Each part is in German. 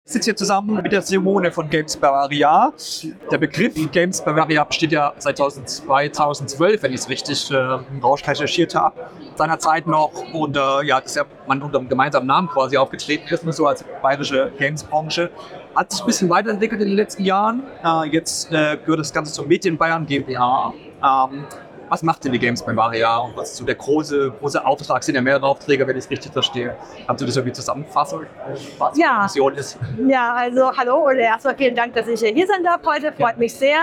Ich sitze hier zusammen mit der Simone von Games Bavaria. Der Begriff Games Bavaria besteht ja seit 2012, wenn ich es richtig recherchiert habe. Seinerzeit noch und das ist ja man unter einem gemeinsamen Namen quasi aufgetreten ist, so als bayerische Games-Branche. Hat sich ein bisschen weiterentwickelt in den letzten Jahren. Jetzt gehört das Ganze zur Medien Bayern GmbH. Was macht denn die Games Bavaria und was ist so der große Auftrag? Sind ja mehrere Aufträge, wenn ich es richtig verstehe. Kannst du das irgendwie zusammenfassen, was die Mission ist? Ja, also hallo und erstmal vielen Dank, dass ich hier sein darf heute. Freut mich sehr.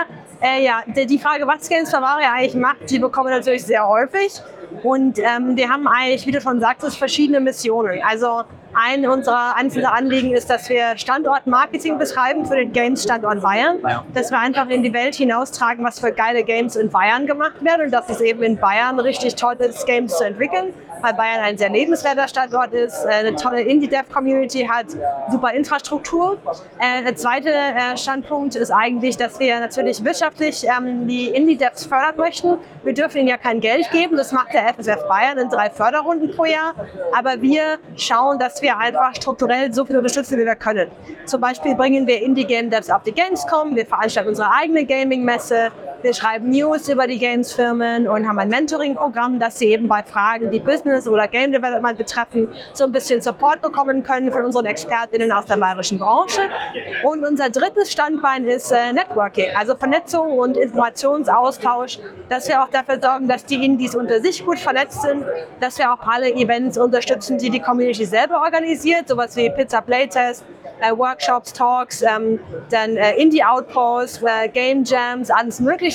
Die Frage, was Games Bavaria eigentlich macht, die bekommen wir natürlich sehr häufig. Und wir haben eigentlich, wie du schon sagtest, verschiedene Missionen. Also eines unserer Anliegen ist, dass wir Standortmarketing betreiben für den Games-Standort Bayern. Ja. Dass wir einfach in die Welt hinaustragen, was für geile Games in Bayern gemacht werden und dass es eben in Bayern richtig toll ist, Games zu entwickeln, weil Bayern ein sehr lebenswerter Standort ist, eine tolle Indie-Dev-Community hat, super Infrastruktur. Der zweite Standpunkt ist eigentlich, dass wir natürlich wirtschaftlich die Indie-Devs fördern möchten. Wir dürfen ihnen ja kein Geld geben, das macht der FSF Bayern in 3 Förderrunden pro Jahr, aber wir schauen, dass wir einfach strukturell so viel unterstützen, wie wir können. Zum Beispiel bringen wir Indie-Game-Devs auf die Gamescom, wir veranstalten unsere eigene Gaming-Messe, wir schreiben News über die Games-Firmen und haben ein Mentoring-Programm, dass sie eben bei Fragen, die Business oder Game Development betreffen, so ein bisschen Support bekommen können von unseren ExpertInnen aus der bayerischen Branche. Und unser drittes Standbein ist Networking, also Vernetzung und Informationsaustausch, dass wir auch dafür sorgen, dass die Indies unter sich gut vernetzt sind, dass wir auch alle Events unterstützen, die die Community selber organisiert, sowas wie Pizza Playtest, Workshops, Talks, dann Indie-Outposts, Game Jams, alles Mögliche.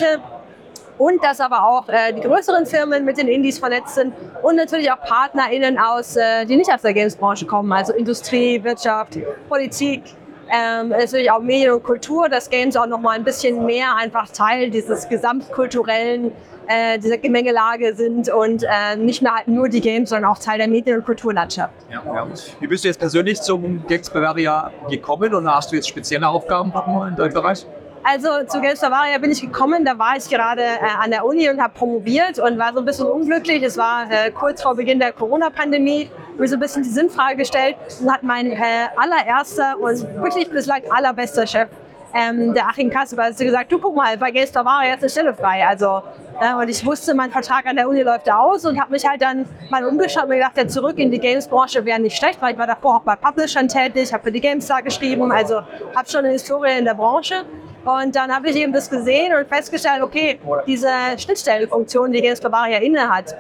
Und dass aber auch die größeren Firmen mit den Indies vernetzt sind und natürlich auch PartnerInnen die nicht aus der Games-Branche kommen, also Industrie, Wirtschaft, Politik, natürlich auch Medien und Kultur, dass Games auch nochmal ein bisschen mehr einfach Teil dieses gesamtkulturellen dieser Gemengelage sind und nicht mehr halt nur die Games, sondern auch Teil der Medien- und Kulturlandschaft. Ja. Wie bist du jetzt persönlich zum Games Bavaria gekommen und hast du jetzt spezielle Aufgaben in deinem Bereich? Also zu Games Bavaria bin ich gekommen, da war ich gerade an der Uni und habe promoviert und war so ein bisschen unglücklich. Es war kurz vor Beginn der Corona-Pandemie, mir so ein bisschen die Sinnfrage gestellt und hat mein allererster und wirklich bislang allerbester Chef, der Achim Kasper, hat gesagt, du guck mal, bei Games Bavaria ist eine Stelle frei. Und ich wusste, mein Vertrag an der Uni läuft aus und habe mich halt dann mal umgeschaut und mir gedacht, ja, zurück in die Games-Branche wäre nicht schlecht, weil ich war davor auch bei Publishern tätig, habe für die GameStar geschrieben, also habe schon eine Historie in der Branche. Und dann habe ich eben das gesehen und festgestellt, okay, diese Schnittstellenfunktion, die Games Bavaria innehat,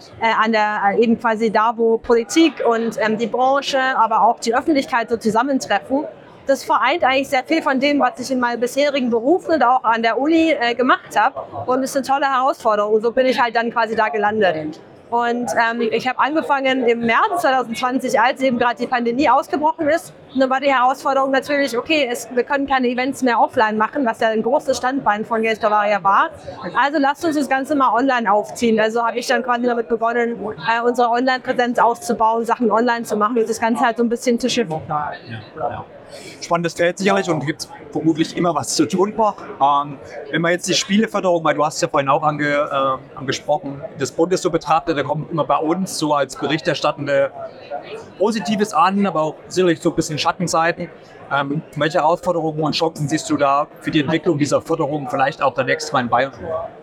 eben quasi da, wo Politik und die Branche, aber auch die Öffentlichkeit so zusammentreffen, das vereint eigentlich sehr viel von dem, was ich in meinen bisherigen Berufen und auch an der Uni gemacht habe. Und es ist eine tolle Herausforderung. So bin ich halt dann quasi da gelandet. Und ich habe angefangen im März 2020, als eben gerade die Pandemie ausgebrochen ist. Und dann war die Herausforderung natürlich, okay, wir können keine Events mehr offline machen, was ja ein großes Standbein von Games Bavaria war. Also lasst uns das Ganze mal online aufziehen. Also habe ich dann quasi damit begonnen, unsere Online-Präsenz auszubauen, Sachen online zu machen und das Ganze halt so ein bisschen zu schiffen. Ja. Spannendes Feld sicherlich und gibt vermutlich immer was zu tun. Wenn man jetzt die Spieleförderung, weil du hast es ja vorhin auch angesprochen, des Bundes so betrachtet, da kommt immer bei uns so als Berichterstattende Positives an, aber auch sicherlich so ein bisschen Schattenseiten. Welche Herausforderungen und Chancen siehst du da für die Entwicklung dieser Förderung, vielleicht auch der nächsten Mal in Bayern?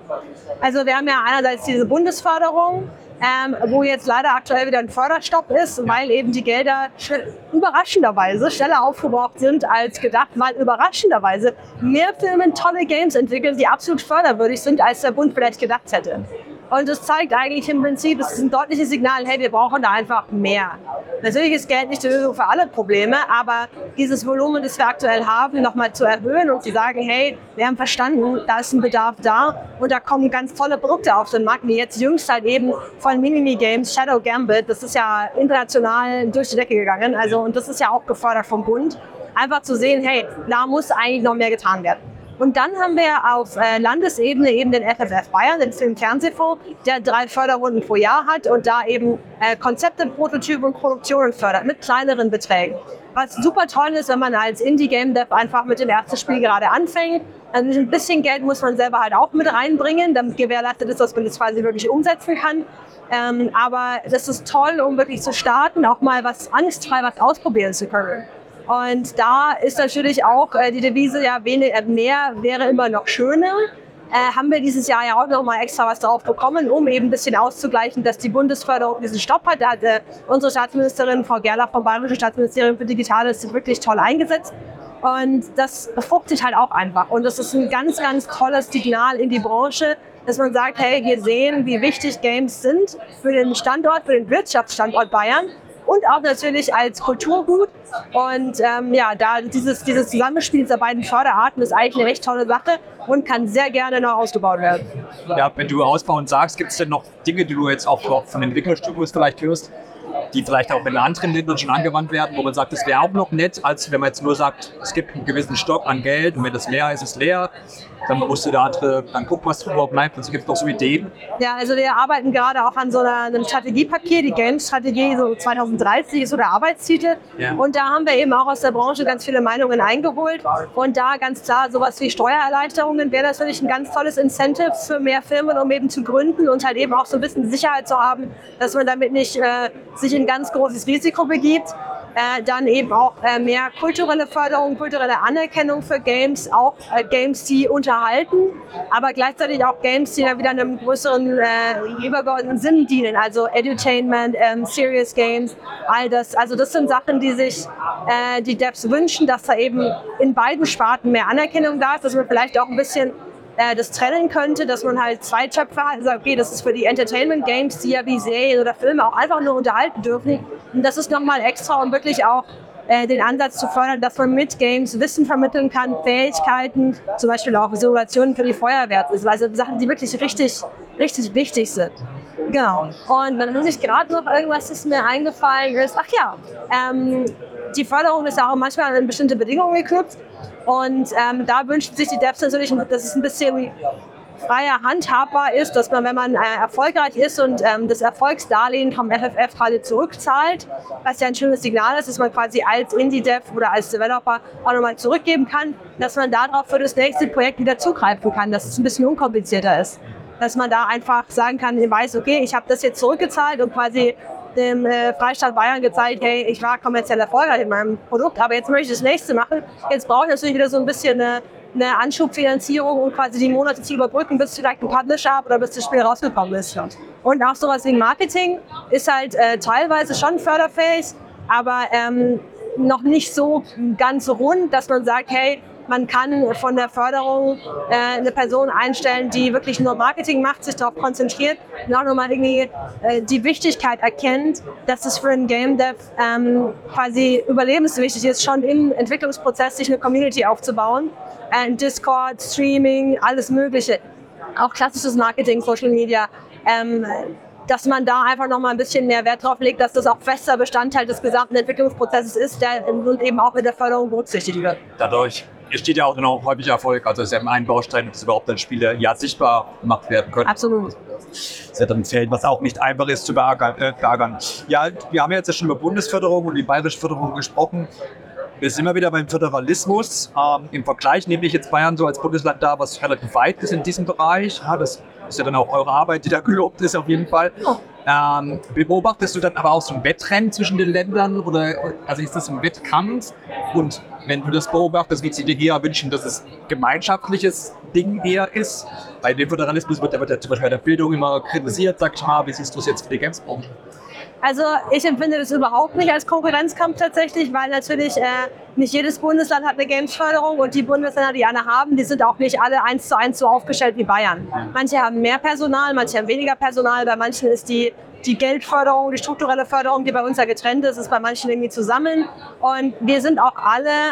Also wir haben ja einerseits diese Bundesförderung, wo jetzt leider aktuell wieder ein Förderstopp ist, weil eben die Gelder überraschenderweise schneller aufgebraucht sind als gedacht, weil überraschenderweise mehr Firmen tolle Games entwickeln, die absolut förderwürdig sind, als der Bund vielleicht gedacht hätte. Und das zeigt eigentlich im Prinzip, es ist ein deutliches Signal, hey, wir brauchen da einfach mehr. Natürlich ist Geld nicht die Lösung für alle Probleme, aber dieses Volumen, das wir aktuell haben, nochmal zu erhöhen und zu sagen, hey, wir haben verstanden, da ist ein Bedarf da und da kommen ganz tolle Produkte auf den Markt, wie jetzt jüngst halt eben von Minigames, Shadow Gambit, das ist ja international durch die Decke gegangen, und das ist ja auch gefördert vom Bund. Einfach zu sehen, hey, da muss eigentlich noch mehr getan werden. Und dann haben wir auf Landesebene eben den FFF Bayern, den Film-Fernsehfonds, der 3 Förderrunden pro Jahr hat und da eben Konzepte, Prototypen und Produktionen fördert mit kleineren Beträgen. Was super toll ist, wenn man als Indie-Game-Dev einfach mit dem ersten Spiel gerade anfängt. Also ein bisschen Geld muss man selber halt auch mit reinbringen, damit gewährleistet ist, dass man das quasi wirklich umsetzen kann. Aber das ist toll, um wirklich zu starten, auch mal was angstfrei was ausprobieren zu können. Und da ist natürlich auch die Devise, ja, mehr wäre immer noch schöner. Haben wir dieses Jahr ja auch noch mal extra was drauf bekommen, um eben ein bisschen auszugleichen, dass die Bundesförderung diesen Stopp hat. Da hat unsere Staatsministerin, Frau Gerlach vom Bayerischen Staatsministerium für Digitales, wirklich toll eingesetzt. Und das befruchtet halt auch einfach. Und das ist ein ganz, ganz tolles Signal in die Branche, dass man sagt, hey, wir sehen, wie wichtig Games sind für den Standort, für den Wirtschaftsstandort Bayern. Und auch natürlich als Kulturgut. Und da dieses Zusammenspiel dieser beiden Förderarten ist eigentlich eine recht tolle Sache und kann sehr gerne noch ausgebaut werden. Ja, wenn du ausbauen sagst, gibt es denn noch Dinge, die du jetzt auch von Entwicklerstudios vielleicht hörst, die vielleicht auch in anderen Ländern schon angewandt werden, wo man sagt, das wäre auch noch nett, als wenn man jetzt nur sagt, es gibt einen gewissen Stock an Geld und wenn das leer ist, ist es leer. Dann musst du dann gucken, was drüber bleibt. Und es gibt noch so Ideen. Ja, also wir arbeiten gerade auch an so einem Strategiepapier. Die Games-Strategie so 2030 ist so der Arbeitstitel. Ja. Und da haben wir eben auch aus der Branche ganz viele Meinungen eingeholt. Und da ganz klar, sowas wie Steuererleichterungen wäre natürlich ein ganz tolles Incentive für mehr Firmen, um eben zu gründen und halt eben auch so ein bisschen Sicherheit zu haben, dass man damit nicht sich in ein ganz großes Risiko begibt. Dann eben auch mehr kulturelle Förderung, kulturelle Anerkennung für Games, auch Games, die unterhalten, aber gleichzeitig auch Games, die dann wieder einem größeren übergeordneten Sinn dienen, also Edutainment, Serious Games, all das. Also das sind Sachen, die sich die Devs wünschen, dass da eben in beiden Sparten mehr Anerkennung da ist, dass man vielleicht auch ein bisschen das trennen könnte, dass man halt zwei Töpfe hat und sagt, okay, das ist für die Entertainment-Games, die ja wie Serien oder Filme auch einfach nur unterhalten dürfen. Und das ist nochmal extra, um wirklich auch den Ansatz zu fördern, dass man mit Games Wissen vermitteln kann, Fähigkeiten, zum Beispiel auch Simulationen für die Feuerwehr. Also Sachen, die wirklich richtig, richtig wichtig sind. Genau. Und dann muss ich gerade noch irgendwas, das mir eingefallen ist. Ach ja, die Förderung ist ja auch manchmal an bestimmte Bedingungen geknüpft. Und da wünschen sich die Devs natürlich, dass es ein bisschen freier handhabbar ist, dass man, wenn man erfolgreich ist und das Erfolgsdarlehen vom FFF quasi zurückzahlt, was ja ein schönes Signal ist, dass man quasi als Indie-Dev oder als Developer auch nochmal zurückgeben kann, dass man darauf für das nächste Projekt wieder zugreifen kann, dass es ein bisschen unkomplizierter ist. Dass man da einfach sagen kann, ich weiß, okay, ich habe das jetzt zurückgezahlt und quasi dem Freistaat Bayern gezeigt, hey, ich war kommerziell erfolgreich mit meinem Produkt, aber jetzt möchte ich das nächste machen. Jetzt brauche ich natürlich wieder so ein bisschen eine Anschubfinanzierung, um quasi die Monate zu überbrücken, bis vielleicht ein Publisher habe oder bis das Spiel rausgekommen ist. Und auch sowas wie Marketing ist halt teilweise schon förderfähig, aber noch nicht so ganz rund, dass man sagt, hey, man kann von der Förderung eine Person einstellen, die wirklich nur Marketing macht, sich darauf konzentriert und auch nochmal irgendwie die Wichtigkeit erkennt, dass es für einen Game Dev quasi überlebenswichtig ist, schon im Entwicklungsprozess sich eine Community aufzubauen. Discord, Streaming, alles Mögliche. Auch klassisches Marketing, Social Media. Dass man da einfach noch mal ein bisschen mehr Wert drauf legt, dass das auch fester Bestandteil des gesamten Entwicklungsprozesses ist, der eben auch mit der Förderung berücksichtigt wird. Dadurch entsteht ja auch noch häufig Erfolg. Also es ist ja ein Baustein, dass überhaupt dann Spiele sichtbar gemacht werden können. Absolut. Das ist ja dann ein Feld, was auch nicht einfach ist zu beackern. Ja, wir haben ja jetzt schon über Bundesförderung und die bayerische Förderung gesprochen. Wir sind immer wieder beim Föderalismus. Im Vergleich nehme ich jetzt Bayern so als Bundesland da, was relativ weit ist in diesem Bereich. Ja, das ist ja dann auch eure Arbeit, die da gelobt ist auf jeden Fall. Oh. Beobachtest du dann aber auch so ein Wettrennen zwischen den Ländern? Also ist das ein Wettkampf? Und wenn du das beobachtest, würdest du dir eher wünschen, dass es gemeinschaftliches Ding eher ist? Bei dem Föderalismus wird ja zum Beispiel bei der Bildung immer kritisiert, sag ich mal. Wie siehst du es jetzt für die Games-Branche? Also ich empfinde das überhaupt nicht als Konkurrenzkampf tatsächlich, weil natürlich nicht jedes Bundesland hat eine Games-Förderung und die Bundesländer, die eine haben, die sind auch nicht alle 1:1 so aufgestellt wie Bayern. Manche haben mehr Personal, manche haben weniger Personal, bei manchen ist die Geldförderung, die strukturelle Förderung, die bei uns ja getrennt ist bei manchen irgendwie zusammen. Und wir sind auch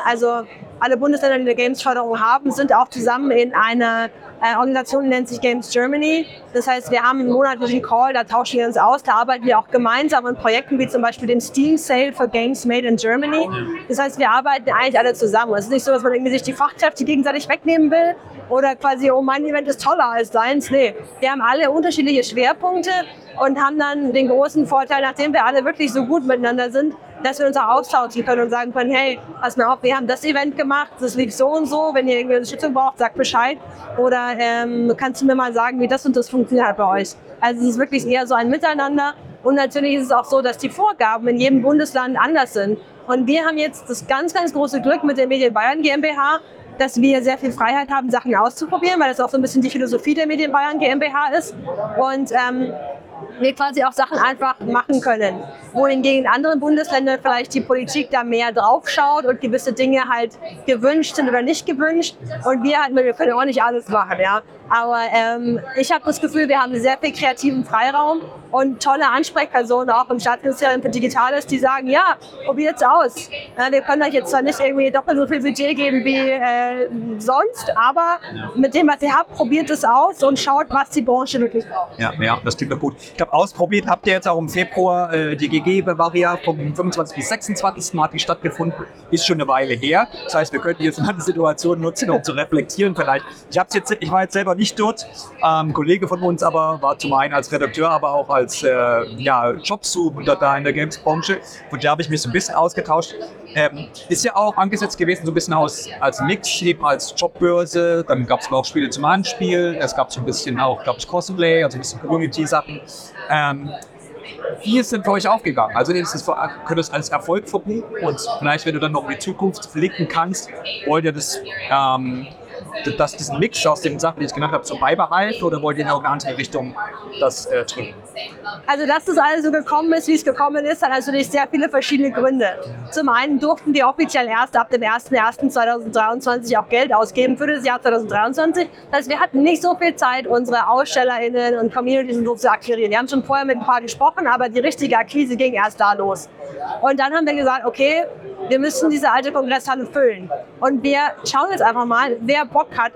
alle Bundesländer, die eine Games-Förderung haben, sind auch zusammen in einer Organisation, die nennt sich Games Germany. Das heißt, wir haben einen monatlichen Call, da tauschen wir uns aus, da arbeiten wir auch gemeinsam an Projekten wie zum Beispiel dem Steam Sale für Games Made in Germany. Das heißt, wir arbeiten eigentlich alle zusammen. Es ist nicht so, dass man irgendwie sich die Fachkräfte gegenseitig wegnehmen will oder quasi, oh, mein Event ist toller als deins. Nee, wir haben alle unterschiedliche Schwerpunkte und haben dann den großen Vorteil, nachdem wir alle wirklich so gut miteinander sind, dass wir uns auch austauschen können und sagen können, hey, pass mal auf, wir haben das Event gemacht, das lief so und so, wenn ihr irgendwie Unterstützung braucht, sagt Bescheid. Oder kannst du mir mal sagen, wie das und das funktioniert bei euch. Also es ist wirklich eher so ein Miteinander. Und natürlich ist es auch so, dass die Vorgaben in jedem Bundesland anders sind. Und wir haben jetzt das ganz, ganz große Glück mit der Medien Bayern GmbH, dass wir sehr viel Freiheit haben, Sachen auszuprobieren, weil das auch so ein bisschen die Philosophie der Medien Bayern GmbH ist. Und wir quasi auch Sachen einfach machen können. Wohingegen in anderen Bundesländern vielleicht die Politik da mehr drauf schaut und gewisse Dinge halt gewünscht sind oder nicht gewünscht. Und wir können auch nicht alles machen, ja. Aber ich habe das Gefühl, wir haben sehr viel kreativen Freiraum und tolle Ansprechpersonen auch im Staatsministerium für Digitales, die sagen, ja, probiert's aus. Wir können euch jetzt zwar nicht irgendwie doppelt so viel Budget geben wie sonst, aber mit dem, was ihr habt, probiert es aus und schaut, was die Branche wirklich braucht. Ja, das klingt doch gut. Ich glaube, ausprobiert habt ihr jetzt auch im Februar die GG Bavaria vom 25. bis 26. Mal hat die stattgefunden. Ist schon eine Weile her. Das heißt, wir könnten jetzt mal die Situation nutzen, um zu reflektieren vielleicht. Ich war jetzt selber nicht dort. Ein Kollege von uns aber war zum einen als Redakteur, aber auch als Jobsuchender da in der Games-Branche. Und da habe ich mich so ein bisschen ausgetauscht. Ist ja auch angesetzt gewesen, so ein bisschen als Mix, eben als Jobbörse. Dann gab es auch Spiele zum Anspielen. Es gab so ein bisschen auch, glaube ich, Cosplay, also ein bisschen Community-Sachen. Wie ist denn für euch aufgegangen? Also könnt ihr das als Erfolg verbuchen und vielleicht, wenn du dann noch in die Zukunft blicken kannst, wollt ihr das diesen Mix aus den Sachen, die ich genannt habe, so beibehalten oder wollt ihr in irgendeine andere Richtung das drücken? Also, dass das alles so gekommen ist, wie es gekommen ist, hat natürlich sehr viele verschiedene Gründe. Zum einen durften wir offiziell erst ab dem 01.01.2023 auch Geld ausgeben für das Jahr 2023. Das heißt, wir hatten nicht so viel Zeit, unsere AusstellerInnen und Communities und so zu akquirieren. Wir haben schon vorher mit ein paar gesprochen, aber die richtige Akquise ging erst da los. Und dann haben wir gesagt, okay, wir müssen diese alte Kongresshalle füllen. Und wir schauen jetzt einfach mal, wer Bock hat,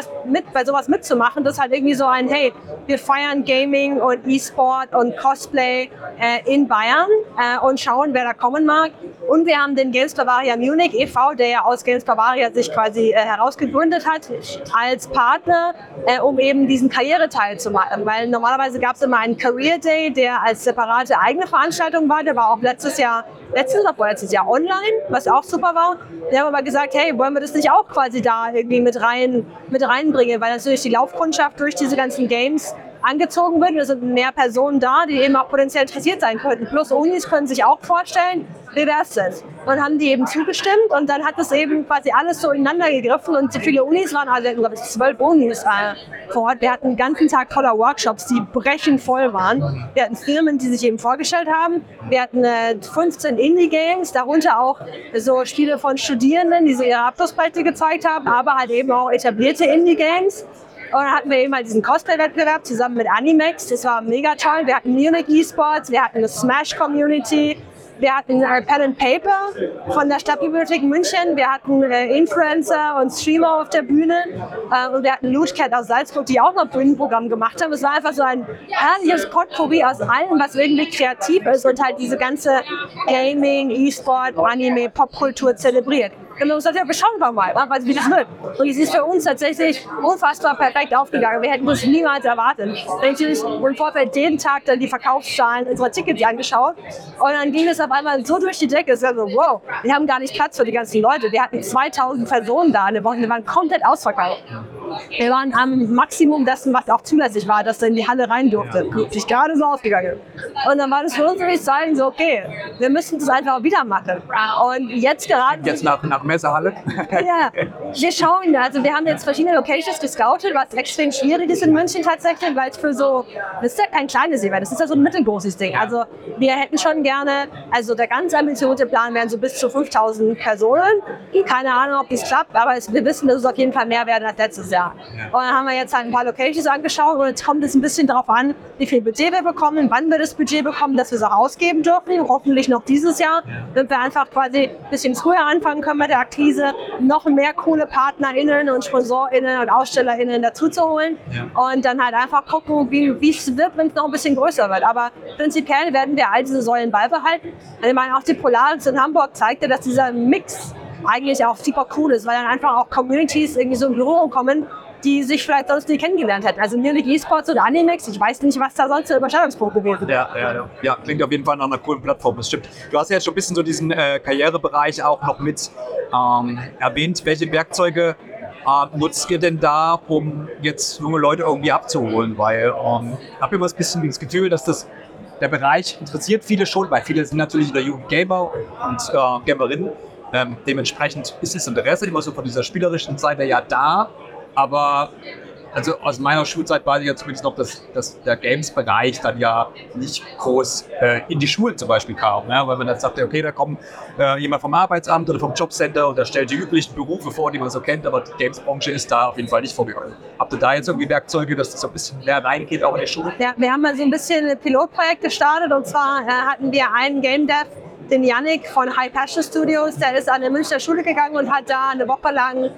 bei sowas mitzumachen. Das ist halt irgendwie so ein, hey, wir feiern Gaming und E-Sport und Cosplay in Bayern und schauen, wer da kommen mag. Und wir haben den Games Bavaria Munich e.V., der ja aus Games Bavaria sich quasi herausgegründet hat, als Partner, um eben diesen Karriereteil zu machen. Weil normalerweise gab es immer einen Career Day, der als separate eigene Veranstaltung war. Der war auch letztes Jahr online, was auch super war. Wir haben aber gesagt, hey, wollen wir das nicht auch quasi da irgendwie mit reinbringen, weil natürlich die Laufkundschaft durch diese ganzen Games angezogen wird. Es sind mehr Personen da, die eben auch potenziell interessiert sein könnten. Plus Unis können sich auch vorstellen, wie wär's das? Und haben die eben zugestimmt und dann hat es eben quasi alles so ineinander gegriffen und viele Unis waren, also glaube ich 12 Unis vor Ort. Wir hatten einen ganzen Tag voller Workshops, die brechend voll waren. Wir hatten Firmen, die sich eben vorgestellt haben. Wir hatten 15 Indie-Games, darunter auch so Spiele von Studierenden, die so ihre Abschlussprojekte gezeigt haben, aber halt eben auch etablierte Indie-Games. Und dann hatten wir eben mal diesen Cosplay-Wettbewerb zusammen mit Animex. Das war mega toll. Wir hatten Munich Esports, wir hatten eine Smash-Community, wir hatten Pen and Paper von der Stadtbibliothek München, wir hatten Influencer und Streamer auf der Bühne und wir hatten Lootcat aus Salzburg, die auch noch Bühnenprogramm gemacht haben. Es war einfach so ein herrliches Potpourri aus allem, was irgendwie kreativ ist und halt diese ganze Gaming, E-Sport, Anime, Popkultur zelebriert. Und wir haben gesagt, ja, wir schauen einfach mal, wie das wird. Und es ist für uns tatsächlich unfassbar perfekt aufgegangen. Wir hätten das niemals erwartet. Natürlich im Vorfeld jeden Tag dann die Verkaufszahlen unserer Tickets angeschaut. Und dann ging es auf einmal so durch die Decke. Es war so, wow, wir haben gar nicht Platz für die ganzen Leute. Wir hatten 2000 Personen da eine Woche. Wir waren komplett ausverkauft. Wir waren am Maximum dessen, was auch zulässig war, dass er in die Halle rein durfte. Ist gerade so ausgegangen. Und dann war das für uns wirklich sagen, so, okay, wir müssen das einfach wieder machen. Und jetzt gerade... Jetzt nach Messehalle? Ja, wir schauen, also wir haben jetzt verschiedene Locations gescoutet, was extrem schwierig ist in München tatsächlich, weil es das ist ja kein kleines Event, das ist ja so ein mittelgroßes Ding. Also wir hätten schon gerne, also der ganz ambitionierte Plan wären so bis zu 5000 Personen. Keine Ahnung, ob das klappt, aber wir wissen, dass es auf jeden Fall mehr werden als letztes Jahr. Und dann haben wir jetzt halt ein paar Locations angeschaut und jetzt kommt es ein bisschen darauf an, wie viel Budget wir bekommen, wann wir das Budget bekommen, dass wir es auch ausgeben dürfen, hoffentlich noch dieses Jahr, damit wir einfach quasi ein bisschen früher anfangen können mit der Akquise, noch mehr coole PartnerInnen und SponsorInnen und AusstellerInnen dazu zu holen und dann halt einfach gucken, wie es wird, wenn es noch ein bisschen größer wird. Aber prinzipiell werden wir all diese Säulen beibehalten. Ich meine, auch die Polaris in Hamburg zeigte, dass dieser Mix eigentlich auch super cool ist, weil dann einfach auch Communities irgendwie so in Berührung kommen, die sich vielleicht sonst nicht kennengelernt hätten. Also Munich Esports oder Animex, ich weiß nicht, was da sonst der Überschneidungspunkt gewesen wäre. Ja, klingt auf jeden Fall nach einer coolen Plattform, das stimmt. Du hast ja jetzt schon ein bisschen so diesen Karrierebereich auch noch mit erwähnt. Welche Werkzeuge nutzt ihr denn da, um jetzt junge Leute irgendwie abzuholen? Weil ich habe immer ein bisschen das Gefühl, dass das der Bereich interessiert viele schon, weil viele sind natürlich in der Jugend Gamer und Gamerinnen. Dementsprechend ist das Interesse immer so von dieser spielerischen Seite ja da, aber also aus meiner Schulzeit weiß ich ja zumindest noch, dass der Games-Bereich dann ja nicht groß in die Schulen zum Beispiel kam. Ne? Weil man dann sagte, okay, da kommt jemand vom Arbeitsamt oder vom Jobcenter und der stellt die üblichen Berufe vor, die man so kennt, aber die Games-Branche ist da auf jeden Fall nicht vorgekommen. Habt ihr da jetzt irgendwie Werkzeuge, dass das so ein bisschen mehr reingeht, auch in die Schule? Ja, wir haben mal so ein bisschen ein Pilotprojekt gestartet und zwar hatten wir einen Game Dev, den Yannick von High Passion Studios, der ist an eine Münchner Schule gegangen und hat da eine Woche lang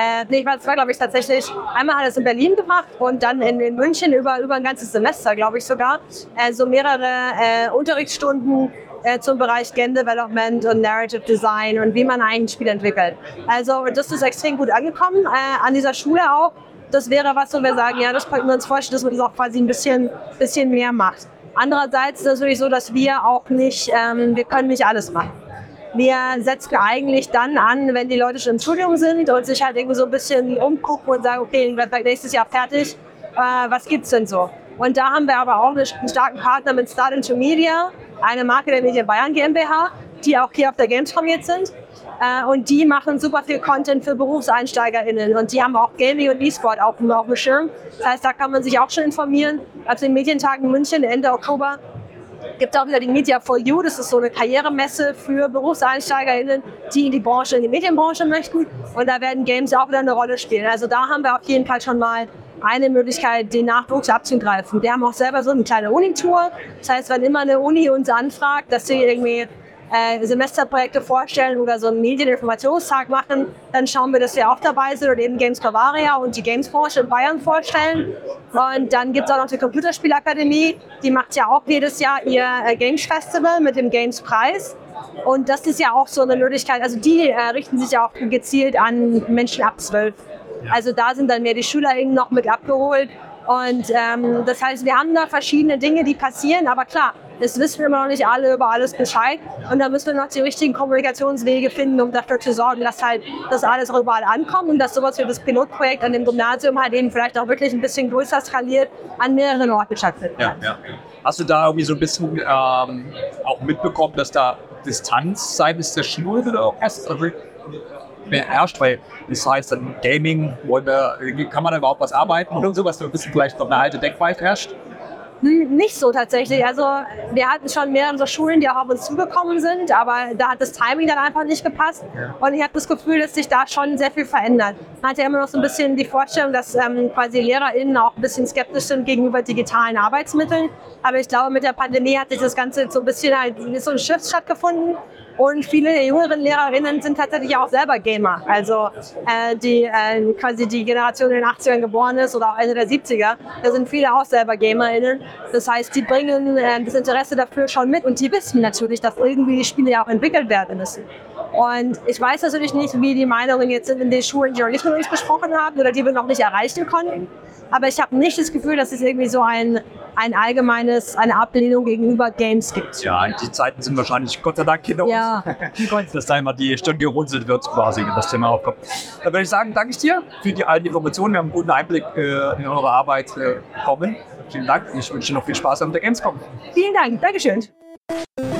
es war glaube ich tatsächlich, einmal hat er es in Berlin gemacht und dann in München über ein ganzes Semester, glaube ich sogar, so mehrere Unterrichtsstunden zum Bereich Game Development und Narrative Design und wie man ein Spiel entwickelt. Also das ist extrem gut angekommen, an dieser Schule auch. Das wäre was, wo wir sagen, ja, das könnten wir uns vorstellen, dass man das auch quasi ein bisschen mehr macht. Andererseits ist es natürlich so, dass wir auch nicht, wir können nicht alles machen. Wir setzen eigentlich dann an, wenn die Leute schon im Studium sind und sich halt irgendwie so ein bisschen umgucken und sagen, okay, ich werde nächstes Jahr fertig, was gibt's denn so? Und da haben wir aber auch einen starken Partner mit Start into Media, eine Marke der Medien Bayern GmbH, die auch hier auf der Gamescom jetzt sind. Und die machen super viel Content für BerufseinsteigerInnen und die haben auch Gaming und E-Sport auf dem Schirm. Das heißt, da kann man sich auch schon informieren. Also den Medientagen in München Ende Oktober gibt auch wieder die Media for You, das ist so eine Karrieremesse für BerufseinsteigerInnen, die in die Branche, in die Medienbranche möchten. Und da werden Games auch wieder eine Rolle spielen. Also da haben wir auf jeden Fall schon mal eine Möglichkeit, den Nachwuchs abzugreifen. Wir haben auch selber so eine kleine Uni-Tour. Das heißt, wenn immer eine Uni uns anfragt, dass sie irgendwie Semesterprojekte vorstellen oder so einen Medieninformationstag machen, dann schauen wir, dass wir auch dabei sind und eben Games Bavaria und die Gamesbranche in Bayern vorstellen. Und dann gibt es auch noch die Computerspielakademie, die macht ja auch jedes Jahr ihr Games Festival mit dem Games Preis. Und das ist ja auch so eine Möglichkeit, also die richten sich ja auch gezielt an Menschen ab 12. Also da sind dann mehr die SchülerInnen noch mit abgeholt. Und das heißt, wir haben da verschiedene Dinge, die passieren, aber klar, das wissen wir immer noch nicht alle über alles Bescheid und da müssen wir noch die richtigen Kommunikationswege finden, um dafür zu sorgen, dass halt das alles auch überall ankommt und dass sowas wie das Pilotprojekt an dem Gymnasium halt eben vielleicht auch wirklich ein bisschen größer skaliert an mehreren Orten stattfindet. Ja. Hast du da irgendwie so ein bisschen auch mitbekommen, dass da Distanz seitens der Schule oder auch erst beherrscht, weil das heißt dann Gaming, kann man da überhaupt was arbeiten oder sowas, so ein bisschen vielleicht noch eine alte Denkweise herrscht? Nicht so tatsächlich. Also wir hatten schon mehrere so Schulen, die auch auf uns zugekommen sind, aber da hat das Timing dann einfach nicht gepasst. Und ich habe das Gefühl, dass sich da schon sehr viel verändert. Man hat ja immer noch so ein bisschen die Vorstellung, dass quasi LehrerInnen auch ein bisschen skeptisch sind gegenüber digitalen Arbeitsmitteln. Aber ich glaube, mit der Pandemie hat sich das Ganze so ein bisschen so ein Shift stattgefunden. Und viele der jüngeren LehrerInnen sind tatsächlich auch selber Gamer. Also die quasi die Generation in den 80ern geboren ist oder auch Ende der 70er, da sind viele auch selber GamerInnen. Das heißt, die bringen das Interesse dafür schon mit und die wissen natürlich, dass irgendwie die Spiele ja auch entwickelt werden müssen. Und ich weiß natürlich nicht, wie die Meinungen jetzt sind in den Schulen, die noch nicht mit uns gesprochen haben oder die wir noch nicht erreichen konnten. Aber ich habe nicht das Gefühl, dass es irgendwie so eine Ablehnung gegenüber Games gibt. Ja, die Zeiten sind wahrscheinlich Gott sei Dank hinter uns. Ja. Dass da immer die Stunde gerunzelt wird, quasi, wenn das Thema aufkommt. Dann würde ich sagen, danke ich dir für all die Informationen. Wir haben einen guten Einblick in eure Arbeit bekommen. Vielen Dank. Ich wünsche dir noch viel Spaß an der Gamescom. Vielen Dank. Dankeschön.